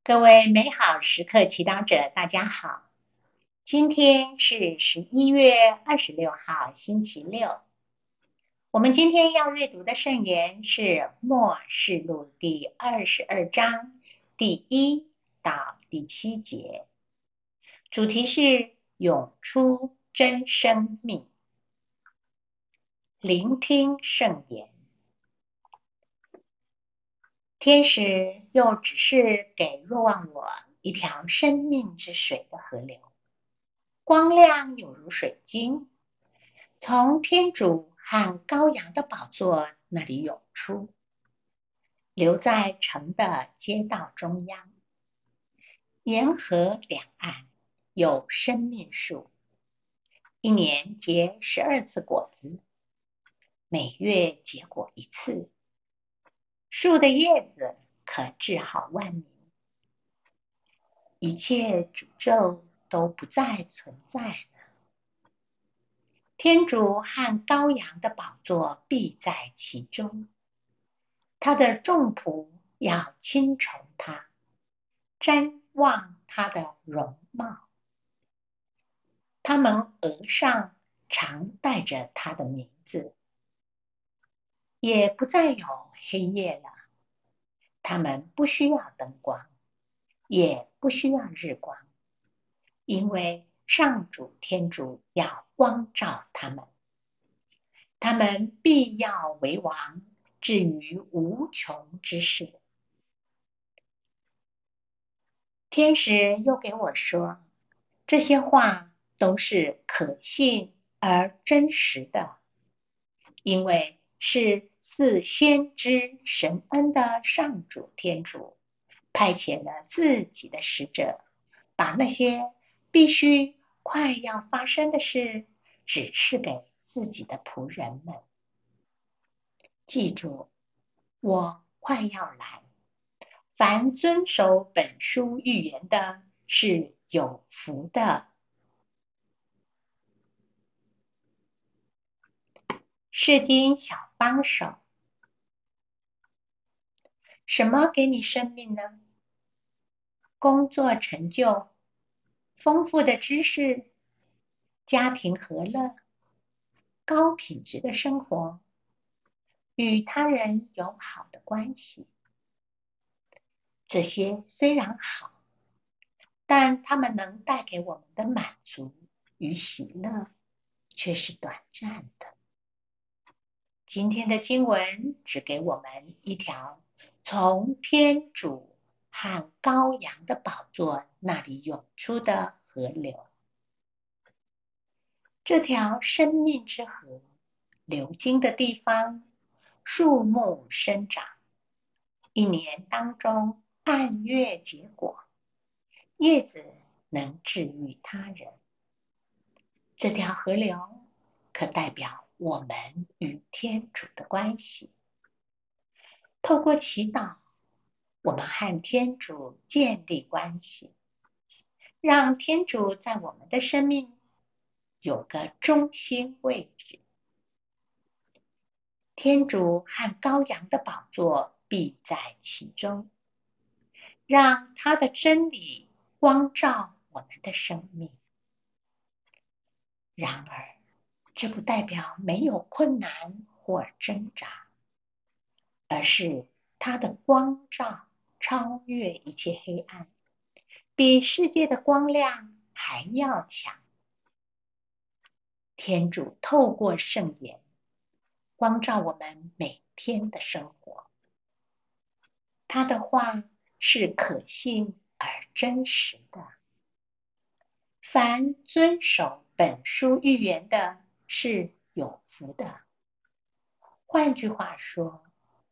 各位美好时刻祈祷者，大家好。今天是11月26号，星期六。我们今天要阅读的圣言是《末世录》第22章第1到第7节，主题是涌出真生命。聆听圣言。天使又指示给若望我一条生命之水的河流，光亮有如水晶，从天主和羔羊的宝座那里涌出，流在城的街道中央。沿河两岸有生命树，一年结12次果子，每月结果一次。树的叶子可治好万民，一切诅咒都不再存在了。天主和羔羊的宝座必在其中，他的众仆要亲从他，瞻望他的容貌。他们额上常带着他的名字，也不再有黑夜了。他们不需要灯光，也不需要日光，因为上主天主要光照他们。他们必要为王，至于无穷之世。天使又给我说，这些话都是可信而真实的，因为是赐先知神恩的上主天主派遣了自己的使者，把那些必须快要发生的事指示给自己的仆人们。记住，我快要来，凡遵守本书预言的是有福的。释经小帮手。什么给你生命呢？工作成就，丰富的知识，家庭和乐，高品质的生活，与他人友好的关系。这些虽然好，但它们能带给我们的满足与喜乐却是短暂的。今天的经文只给我们一条从天主和羔羊的宝座那里涌出的河流。这条生命之河流经的地方，树木生长，一年当中按月结果，叶子能治愈他人。这条河流可代表我们与天主的关系。透过祈祷，我们和天主建立关系，让天主在我们的生命有个中心位置。天主和羔羊的宝座必在其中，让他的真理光照我们的生命。然而，这不代表没有困难或挣扎，而是他的光照超越一切黑暗，比世界的光亮还要强。天主透过圣言光照我们每天的生活，他的话是可信而真实的。凡遵守本书预言的是有福的。换句话说，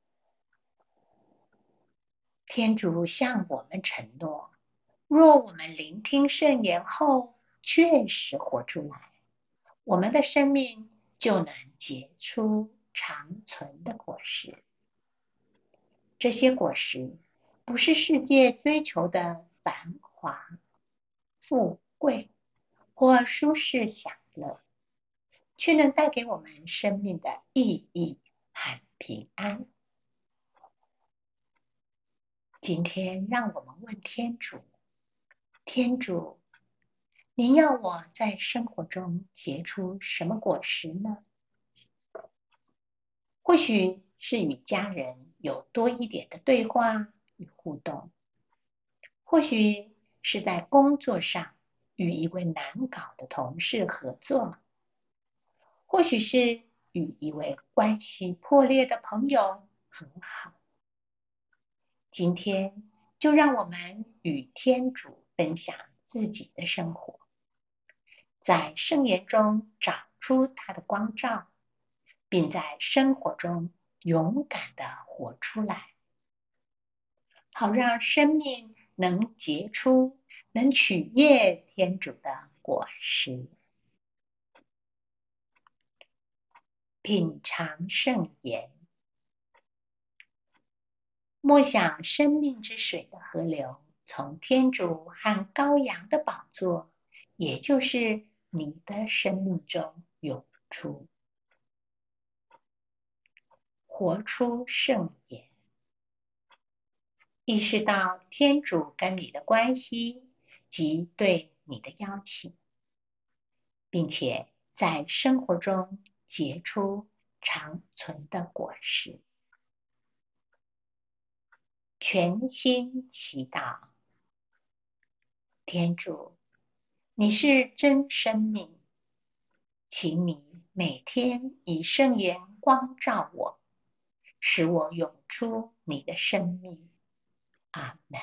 天主向我们承诺，若我们聆听圣言后确实活出来，我们的生命就能结出长存的果实。这些果实不是世界追求的繁华、富贵或舒适享乐，却能带给我们生命的意义和平安。 今天让我们问天主：天主，您要我在生活中结出什么果实呢？或许是与家人有多一点的对话与互动，或许是在工作上与一位难搞的同事合作，或许是与一位关系破裂的朋友和好。今天就让我们与天主分享自己的生活，在圣言中找出他的光照，并在生活中勇敢地活出来，好让生命能结出能取悦天主的果实。品尝圣言，默想生命之水的河流从天主和羔羊的宝座，也就是你的生命中涌出。活出圣言，意识到天主跟你的关系及对你的邀请，并且在生活中结出长存的果实。全心祈祷，天主，你是真生命，请你每天以圣言光照我，使我涌出你的生命。阿们。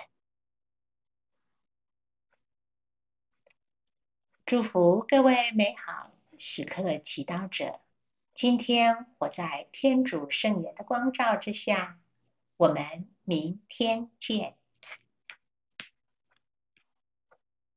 祝福各位美好时刻祈祷者，今天活在天主圣言的光照之下，我们明天见。